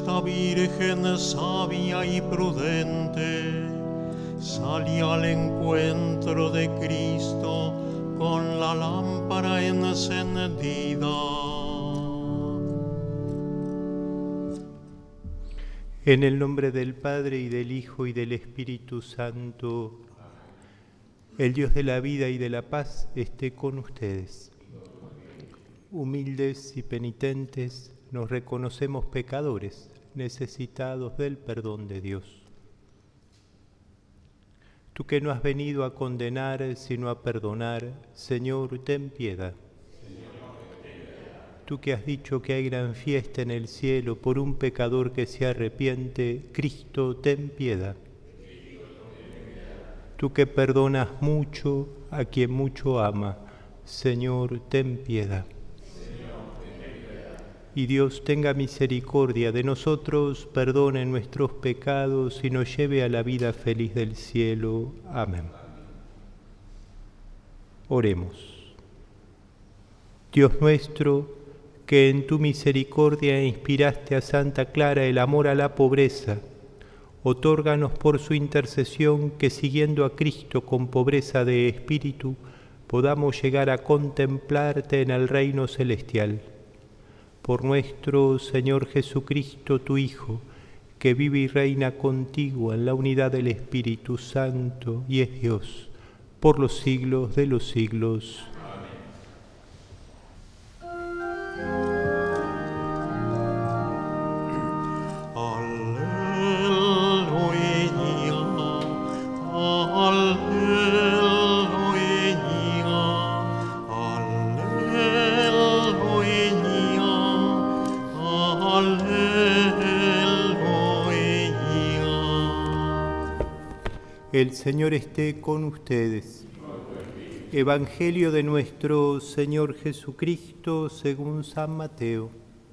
esta virgen sabia y prudente salió al encuentro de Cristo con la lámpara encendida. En el nombre del Padre, y del Hijo, y del Espíritu Santo, el Dios de la vida y de la paz esté con ustedes. Humildes y penitentes, nos reconocemos pecadores, necesitados del perdón de Dios. Tú que no has venido a condenar, sino a perdonar, Señor, ten piedad. Tú que has dicho que hay gran fiesta en el cielo por un pecador que se arrepiente, Cristo, ten piedad. Tú que perdonas mucho a quien mucho ama, Señor, ten piedad. Y Dios tenga misericordia de nosotros, perdone nuestros pecados y nos lleve a la vida feliz del cielo. Amén. Oremos. Dios nuestro, que en tu misericordia inspiraste a Santa Clara el amor a la pobreza, otórganos por su intercesión que, siguiendo a Cristo con pobreza de espíritu, podamos llegar a contemplarte en el reino celestial. Por nuestro Señor Jesucristo, tu Hijo, que vive y reina contigo en la unidad del Espíritu Santo y es Dios, por los siglos de los siglos. El Señor esté con ustedes. Evangelio de nuestro Señor Jesucristo según San Mateo.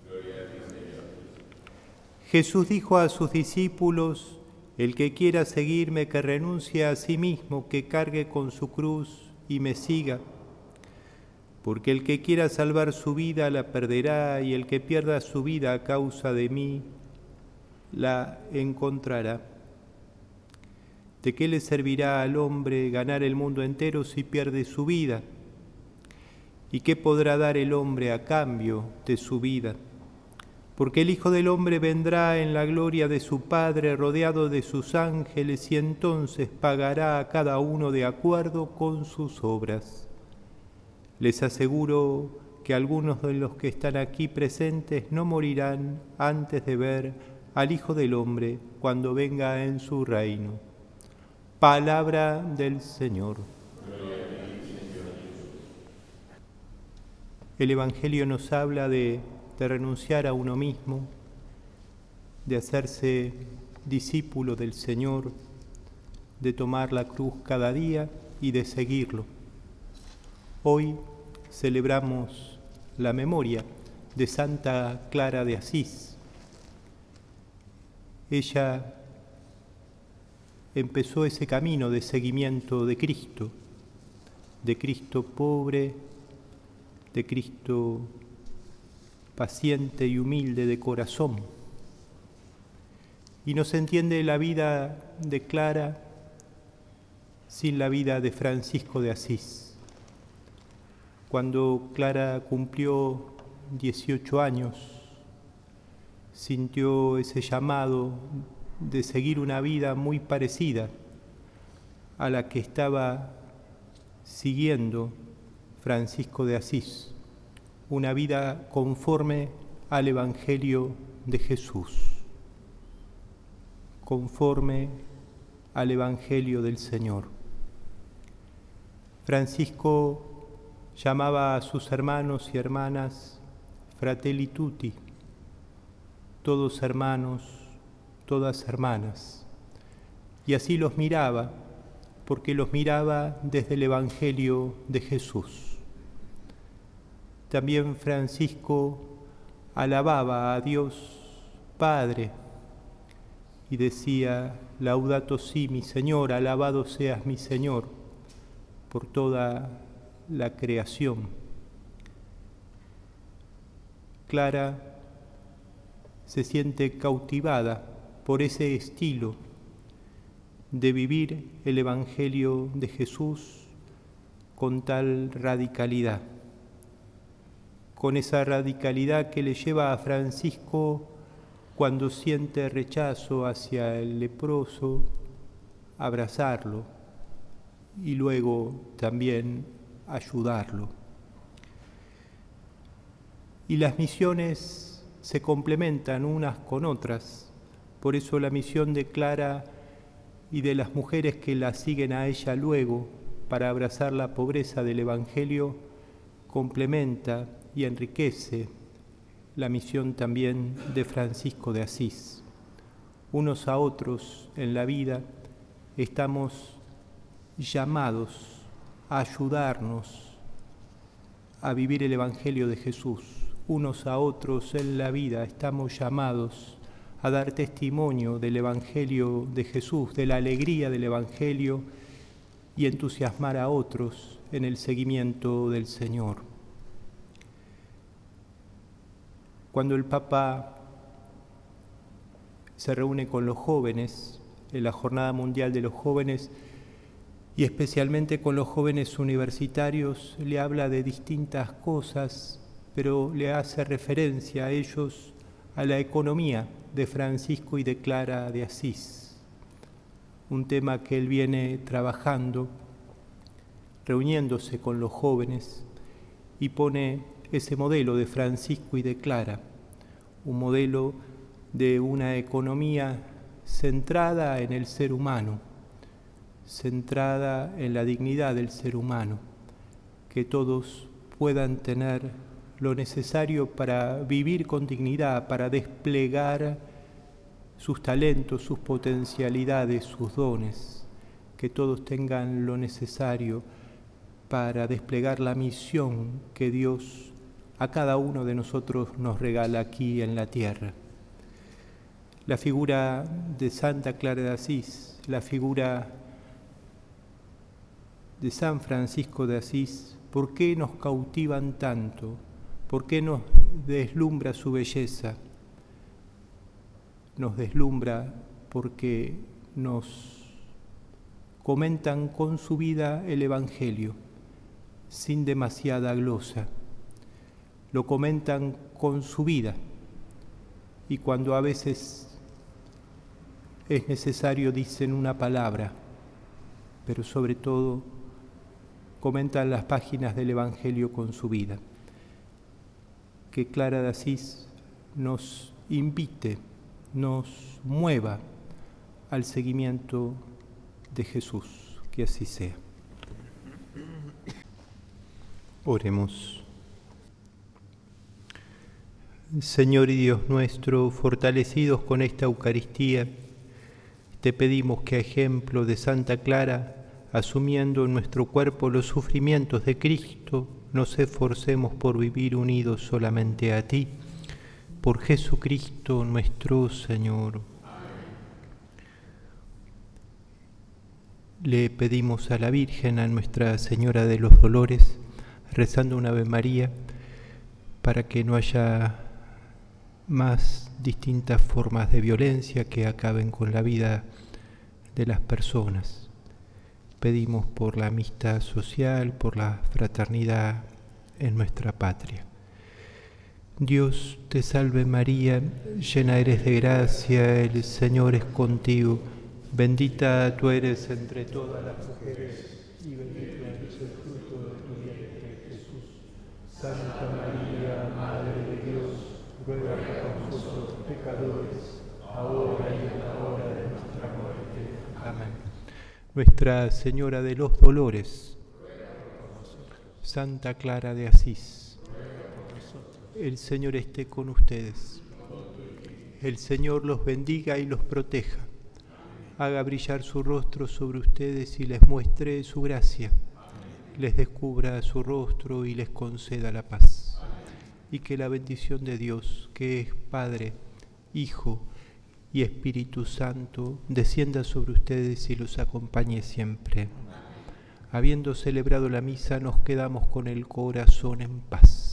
Jesús dijo a sus discípulos: el que quiera seguirme, que renuncie a sí mismo, que cargue con su cruz y me siga. Porque el que quiera salvar su vida la perderá, y el que pierda su vida a causa de mí la encontrará. ¿De qué le servirá al hombre ganar el mundo entero si pierde su vida? ¿Y qué podrá dar el hombre a cambio de su vida? Porque el Hijo del Hombre vendrá en la gloria de su Padre, rodeado de sus ángeles, y entonces pagará a cada uno de acuerdo con sus obras. Les aseguro que algunos de los que están aquí presentes no morirán antes de ver al Hijo del Hombre cuando venga en su reino. Palabra del Señor. El Evangelio nos habla de renunciar a uno mismo, de hacerse discípulo del Señor, de tomar la cruz cada día y de seguirlo. Hoy celebramos la memoria de Santa Clara de Asís. Ella empezó ese camino de seguimiento de Cristo pobre, de Cristo paciente y humilde de corazón. Y no se entiende la vida de Clara sin la vida de Francisco de Asís. Cuando Clara cumplió 18 años, sintió ese llamado de seguir una vida muy parecida a la que estaba siguiendo Francisco de Asís, una vida conforme al Evangelio de Jesús, conforme al Evangelio del Señor. Francisco llamaba a sus hermanos y hermanas fratelli tutti, todos hermanos, todas hermanas, y así los miraba, porque los miraba desde el Evangelio de Jesús. También Francisco alababa a Dios Padre y decía: Laudato si, mi Señor, alabado seas mi Señor, por toda la creación. Clara se siente cautivada por ese estilo de vivir el Evangelio de Jesús con tal radicalidad, con esa radicalidad que le lleva a Francisco cuando siente rechazo hacia el leproso, abrazarlo y luego también ayudarlo. Y las misiones se complementan unas con otras, por eso la misión de Clara y de las mujeres que la siguen a ella luego para abrazar la pobreza del Evangelio complementa y enriquece la misión también de Francisco de Asís. Unos a otros en la vida estamos llamados a ayudarnos a vivir el Evangelio de Jesús. Unos a otros en la vida estamos llamados a dar testimonio del Evangelio de Jesús, de la alegría del Evangelio y entusiasmar a otros en el seguimiento del Señor. Cuando el Papa se reúne con los jóvenes en la Jornada Mundial de los Jóvenes y especialmente con los jóvenes universitarios, le habla de distintas cosas, pero le hace referencia a ellos a la economía de Francisco y de Clara de Asís, un tema que él viene trabajando, reuniéndose con los jóvenes, y pone ese modelo de Francisco y de Clara, un modelo de una economía centrada en el ser humano, centrada en la dignidad del ser humano, que todos puedan tener lo necesario para vivir con dignidad, para desplegar sus talentos, sus potencialidades, sus dones, que todos tengan lo necesario para desplegar la misión que Dios a cada uno de nosotros nos regala aquí en la tierra. La figura de Santa Clara de Asís, la figura de San Francisco de Asís, ¿por qué nos cautivan tanto? ¿Por qué nos deslumbra su belleza? Nos deslumbra porque nos comentan con su vida el Evangelio, sin demasiada glosa. Lo comentan con su vida, y cuando a veces es necesario dicen una palabra, pero sobre todo comentan las páginas del Evangelio con su vida. Que Clara de Asís nos invite, nos mueva al seguimiento de Jesús, que así sea. Oremos. Señor y Dios nuestro, fortalecidos con esta Eucaristía, te pedimos que a ejemplo de Santa Clara, asumiendo en nuestro cuerpo los sufrimientos de Cristo, nos esforcemos por vivir unidos solamente a ti, por Jesucristo nuestro Señor. Le pedimos a la Virgen, a Nuestra Señora de los Dolores, rezando una Ave María, para que no haya más distintas formas de violencia que acaben con la vida de las personas. Pedimos por la amistad social, por la fraternidad en nuestra patria. Dios te salve María, llena eres de gracia, el Señor es contigo. Bendita tú eres entre todas las mujeres y bendito es el fruto de tu vientre, Jesús. Santa María, Madre de Dios, ruega por nosotros pecadores, ahora y en la hora de nuestra muerte. Amén. Nuestra Señora de los Dolores, Santa Clara de Asís, el Señor esté con ustedes. El Señor los bendiga y los proteja. Haga brillar su rostro sobre ustedes y les muestre su gracia. Les descubra su rostro y les conceda la paz. Y que la bendición de Dios, que es Padre, Hijo y Espíritu Santo, descienda sobre ustedes y los acompañe siempre. Habiendo celebrado la misa, nos quedamos con el corazón en paz.